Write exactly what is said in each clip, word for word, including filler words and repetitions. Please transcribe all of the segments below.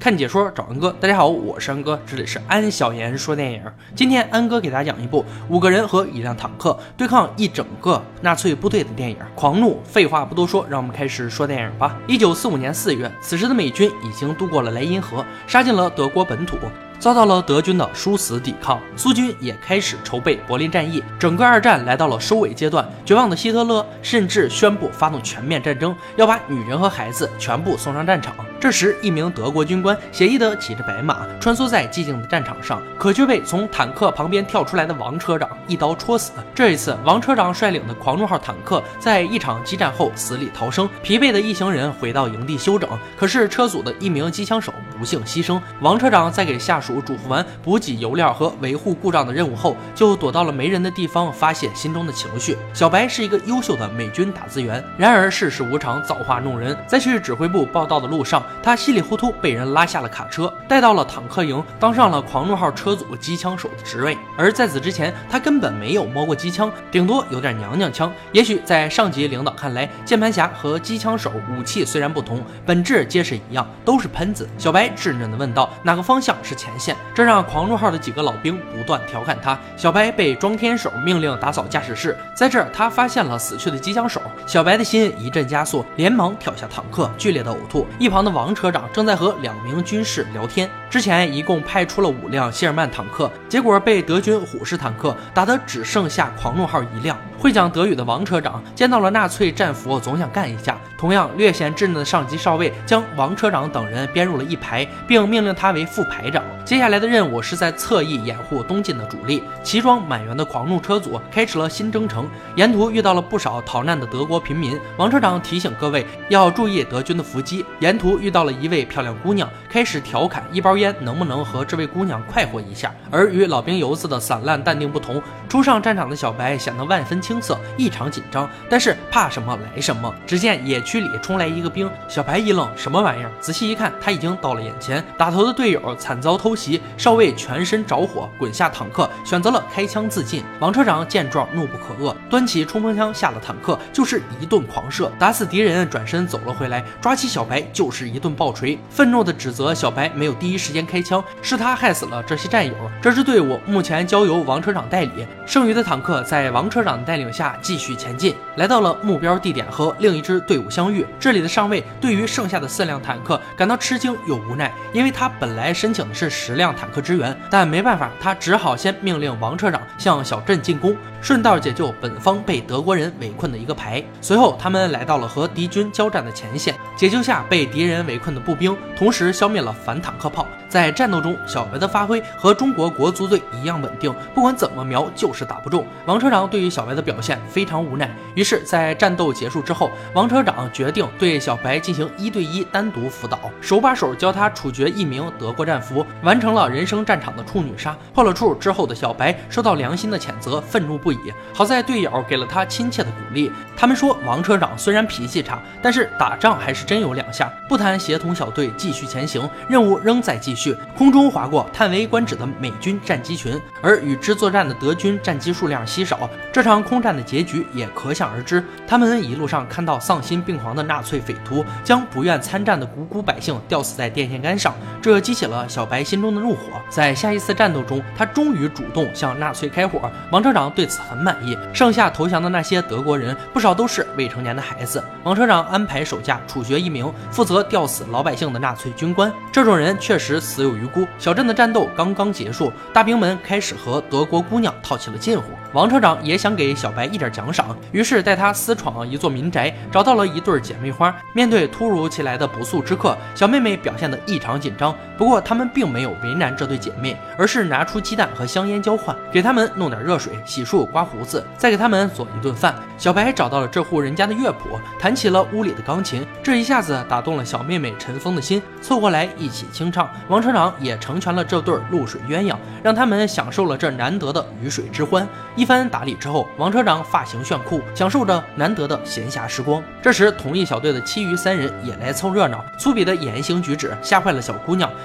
看解说找安哥，大家好，我是安哥，这里是安小言说电影。今天安哥给大家讲一部五个人和一辆坦克对抗一整个纳粹部队的电影《狂怒》。废话不多说，让我们开始说电影吧。一九四五年四月，此时的美军已经渡过了莱茵河，杀进了德国本土，遭到了德军的殊死抵抗，苏军也开始筹备柏林战役，整个二战来到了收尾阶段。绝望的希特勒甚至宣布发动全面战争，要把女人和孩子全部送上战场。这时，一名德国军官写意地骑着白马穿梭在寂静的战场上，可却被从坦克旁边跳出来的王车长一刀戳死。这一次，王车长率领的狂怒号坦克在一场激战后死里逃生，疲惫的一行人回到营地休整。可是车组的一名机枪手不幸牺牲，王车长在给下属嘱咐完补给油料和维护故障的任务后，就躲到了没人的地方发泄心中的情绪。小白是一个优秀的美军打字员，然而世事无常，造化弄人，在去指挥部报道的路上，他稀里糊涂被人拉下了卡车，带到了坦克营，当上了狂怒号车组机枪手的职位。而在此之前，他根本没有摸过机枪，顶多有点娘娘腔。也许在上级领导看来，键盘侠和机枪手武器虽然不同，本质皆是一样，都是喷子。小白稚嫩地问道：“哪个方向是前线？”这让狂怒号的几个老兵不断调侃他。小白被装天手命令打扫驾驶室，在这儿他发现了死去的机枪手，小白的心一阵加速，连忙跳下坦克，剧烈的呕吐。一旁的王车长正在和两名军士聊天，之前一共派出了五辆谢尔曼坦克，结果被德军虎式坦克打得只剩下狂怒号一辆。会讲德语的王车长见到了纳粹战俘，总想干一架。同样略显稚嫩的上级少尉将王车长等人编入了一排，并命令他为副排长。接下来的任务是在侧翼掩护东进的主力。齐装满员的狂怒车组开始了新征程，沿途遇到了不少逃难的德国平民。王车长提醒各位要注意德军的伏击，沿途遇到了一位漂亮姑娘，开始调侃一包烟能不能和这位姑娘快活一下。而与老兵油子的散烂淡定不同，初上战场的小白显得万分青涩，异常紧张，但是怕什么来什么。只见野区里冲来一个兵，小白一愣，什么玩意儿？仔细一看，他已经到了眼前。打头的队友惨遭偷袭，少尉全身着火，滚下坦克，选择了开枪自尽。王车长见状怒不可遏，端起冲锋枪下了坦克，就是一顿狂射，打死敌人，转身走了回来，抓起小白就是一顿暴锤，愤怒地指责小白没有第一时间开枪，是他害死了这些战友。这支队伍目前交由王车长代理，剩余的坦克在王车长的带领下继续前进，来到了目标地点和另一支队伍相遇。这里的上尉对于剩下的四辆坦克感到吃惊又无奈，因为他本来申请的是十辆坦克支援，但没办法，他只好先命令王车长向小镇进攻，顺道解救本方被德国人围困的一个排。随后他们来到了和敌军交战的前线，解救下被敌人围困的步兵，同时消灭了反坦克炮。在战斗中，小白的发挥和中国国足队一样稳定，不管怎么瞄就是打不中。王车长对于小白的表现非常无奈，于是在战斗结束之后，王车长决定对小白进行一对一单独辅导，手把手教他处决一名德国战俘，完成了人生战场的处女杀。破了处之后的小白受到良心的谴责，愤怒不已。好在队友给了他亲切的鼓励，他们说王车长虽然脾气差，但是打仗还是真有两下。不谈协同小队继续前行，任务仍在继续。空中划过叹为观止的美军战机群，而与之作战的德军战机数量稀少，这场空战的结局也可想而知。他们一路上看到丧心病狂的纳粹匪徒将不愿参战的无辜百姓吊死在电线杆上，这激起了小白心中的怒火。在下一次战斗中，他终于主动向纳粹开火，王车长对此很满意。剩下投降的那些德国人不少都是未成年的孩子，王车长安排手下处决一名负责吊死老百姓的纳粹军官，这种人确实死有余辜。小镇的战斗刚刚结束，大兵们开始和德国姑娘套起了近乎。王车长也想给小白一点奖赏，于是带他私闯一座民宅，找到了一对姐妹花。面对突如其来的不速之客，小妹妹表现得异常紧张，不过他们并没有为难这对姐妹，而是拿出鸡蛋和香烟交换，给他们弄点热水、洗漱、刮胡子，再给他们做一顿饭。小白找到了这户人家的乐谱，弹起了屋里的钢琴，这一下子打动了小妹妹尘封的心，凑过来一起清唱。王车长也成全了这对露水鸳鸯，让他们享受了这难得的鱼水之欢。一番打理之后，王车长发型炫酷，享受着难得的闲暇时光。这时同一小队的其余三人也来凑热闹，粗鄙的言行举止吓坏了小姑娘，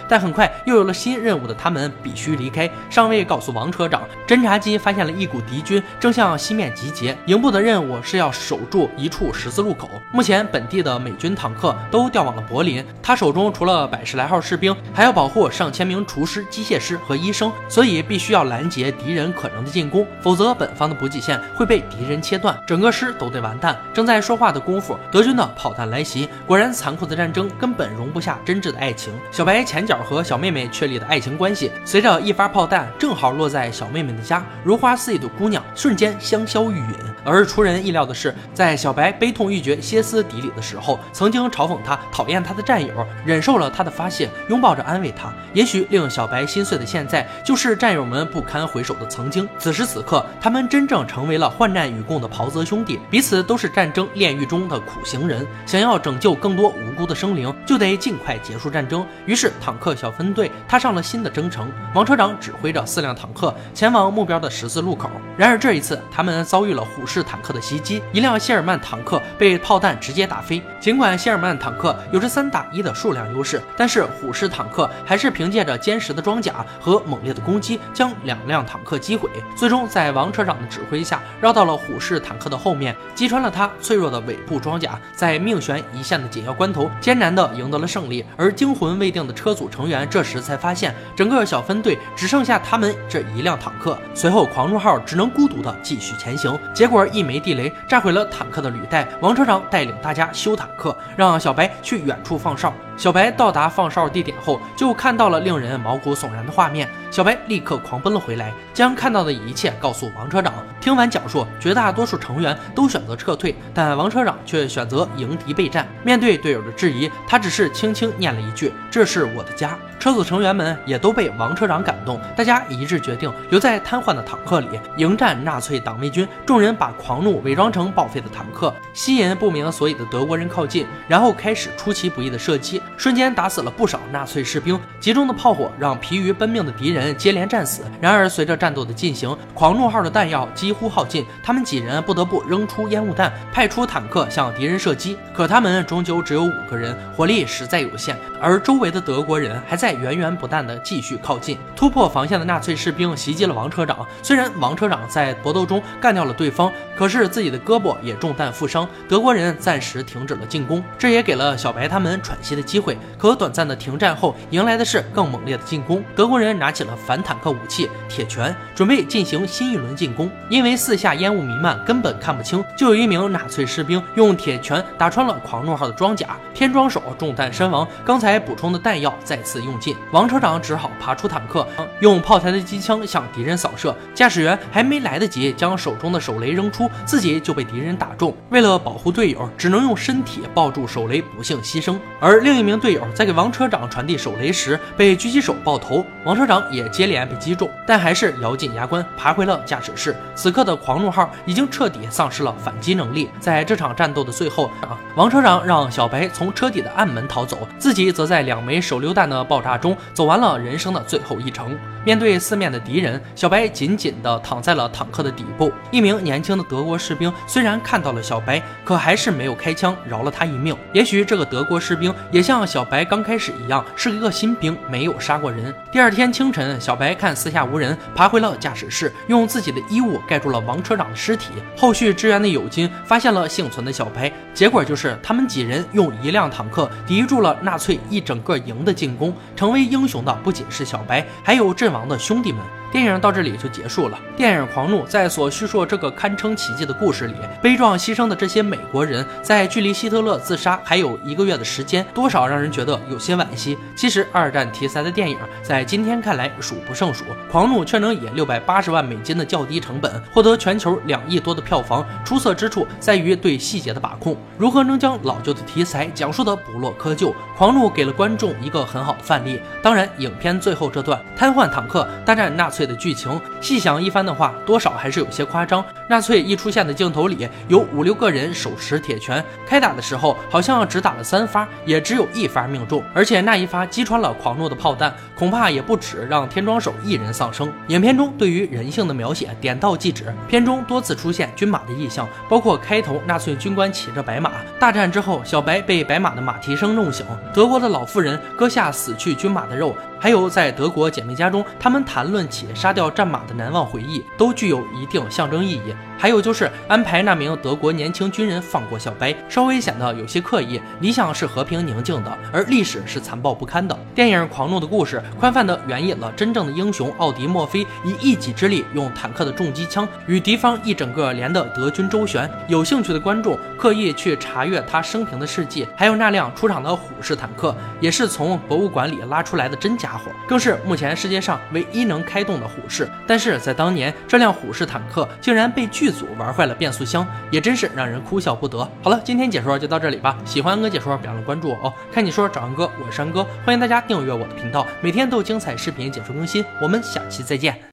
但很快又有了新任务的他们必须离开。上尉告诉王车长，侦察机发现了一股敌军正向西面集结，营部的任务是要守住一处十字路口。目前本地的美军坦克都调往了柏林，他手中除了百十来号士兵，还要保护上千名厨师、机械师和医生，所以必须要拦截敌人可能的进攻，否则本方的补给线会被敌人切断，整个师都得完蛋。正在说话的功夫，德军的炮弹来袭，果然残酷的战争根本容不下真挚的爱情。小白前脚和小妹妹确立的爱情关系，随着一发炮弹正好落在小妹妹的家，如花似玉的姑娘瞬间香消玉殒。而出人意料的是，在小白悲痛欲绝、歇斯底里的时候，曾经嘲讽他、讨厌他的战友忍受了他的发泄，拥抱着安慰他。也许令小白心碎的现在，就是战友们不堪回首的曾经。此时此刻，他们真正成为了患难与共的袍泽兄弟，彼此都是战争炼狱中的苦行人。想要拯救更多无辜的生灵，就得尽快结束战争。于是，坦克小分队踏上了新的征程。王车长指挥着四辆坦克前往目标的十字路口。然而这一次，他们遭遇了虎式坦克的袭击，一辆谢尔曼坦克被炮弹直接打飞。尽管谢尔曼坦克有着三打一的数量优势，但是虎式坦克还是凭借着坚实的装甲和猛烈的攻击，将两辆坦克击毁。最终，在王车长的指挥下，绕到了虎式坦克的后面，击穿了他脆弱的尾部装甲。在命悬一线的紧要关头，艰难地赢得了胜利。而惊魂未定的车组成员这时才发现，整个小分队只剩下他们这一辆坦克。随后，狂怒号只能孤独地继续前行。结果一枚地雷炸毁了坦克的履带。王车长带领大家修坦克，让小白去远处放哨。小白到达放哨地点后，就看到了令人毛骨悚然的画面。小白立刻狂奔了回来，将看到的一切告诉王车长。听完讲述，绝大多数成员都选择撤退，但王车长却选择迎敌备战。面对队友的质疑，他只是轻轻念了一句：“这是我的家。”车组成员们也都被王车长感动，大家一致决定留在瘫痪的坦克里迎战纳粹党卫军。众人把狂怒伪装成报废的坦克，吸引不明所以的德国人靠近，然后开始出其不意的射击，瞬间打死了不少纳粹士兵。集中的炮火让疲于奔命的敌人接连战死。然而随着战斗的进行，狂怒号的弹药几乎耗尽，他们几人不得不扔出烟雾弹，派出坦克向敌人射击。可他们终究只有五个人，火力实在有限，而周围的德国人还在源源不断的继续靠近。突破防线的纳粹士兵袭击了王车长，虽然王车长在搏斗中干掉了对方，可是自己的胳膊也中弹负伤，德国人暂时停止了进攻，这也给了小白他们喘息的机会。可短暂的停战后，迎来的是更猛烈的进攻。德国人拿起了反坦克武器铁拳，准备进行新一轮进攻。因为四下烟雾弥漫，根本看不清，就有一名纳粹士兵用铁拳打穿了狂怒号的装甲，偏装手中弹身亡。刚才补充的弹药再次用尽，王车长只好爬出坦克，用炮台的机枪向敌人扫射。驾驶员还没来得及将手中的手雷扔出，自己就被敌人打中。为了保护队友，只能用身体抱住手雷，不幸牺牲。而另一名队友在给王车长传递手雷时，被狙击手爆头，王车长也接连被击中，但还是咬紧牙关爬回了驾驶室。此刻的狂怒号已经彻底丧失了反击能力。在这场战斗的最后，王车长让小白从车底的暗门逃走，自己则在两枚手榴弹的爆炸中走完了人生的最后一程。面对四面的敌人，小白紧紧地躺在了坦克的底部。一名年轻的德国士兵虽然看到了小白，可还是没有开枪饶了他一命。也许这个德国士兵也像小白刚开始一样，是一个新兵，没有杀过人。第二天清晨，小白看四下无人，爬回了驾驶室，用自己的衣物盖住了王车长的尸体。后续支援的友军发现了幸存的小白，结果就是他们几人用一辆坦克抵御住了纳粹一整个营的进攻。成为英雄的不仅是小白，还有阵亡的兄弟们。电影到这里就结束了。电影《狂怒》在所叙述这个堪称奇迹的故事里，悲壮牺牲的这些美国人，在距离希特勒自杀还有一个月的时间，多少让人觉得有些惋惜。其实二战题材的电影在今天看来数不胜数，《狂怒》却能以六百八十万美金的较低成本获得全球两亿多的票房，出色之处在于对细节的把控，如何能将老旧的题材讲述得不落窠臼。《狂怒》给了观众一个很好的范例。当然，影片最后这段瘫痪坦克大战纳粹的剧情，细想一番的话，多少还是有些夸张。 纳粹一出现的镜头里有五六个人手持铁拳，开打的时候好像只打了三发，也只有一发命中，而且那一发击穿了狂怒的炮弹，恐怕也不止让天装手一人丧生。影片中对于人性的描写点到即止，片中多次出现军马的意象，包括开头纳粹军官骑着白马，大战之后小白被白马的马蹄声弄醒，德国的老妇人割下死去军马的肉，还有在德国姐妹家中他们谈论起杀掉战马的难忘回忆，都具有一定象征意义。还有就是安排那名德国年轻军人放过小白，稍微显得有些刻意。理想是和平宁静的，而历史是残暴不堪的。电影《狂怒的故事》宽泛地援引了真正的英雄奥迪墨菲以一己之力用坦克的重机枪与敌方一整个连的德军周旋。有兴趣的观众刻意去查阅他生平的事迹，还有那辆出场的虎式坦克也是从博物馆里拉出来的真家伙，更是目前世界上唯一能开动的虎式。但是在当年，这辆虎式坦克竟然被剧组玩坏了变速箱，也真是让人哭笑不得。好了，今天解说就到这里吧，喜欢安哥解说别忘了关注我哦。看你说找安哥，我是安哥，欢迎大家订阅我的频道，每天都有精彩视频解说更新，我们下期再见。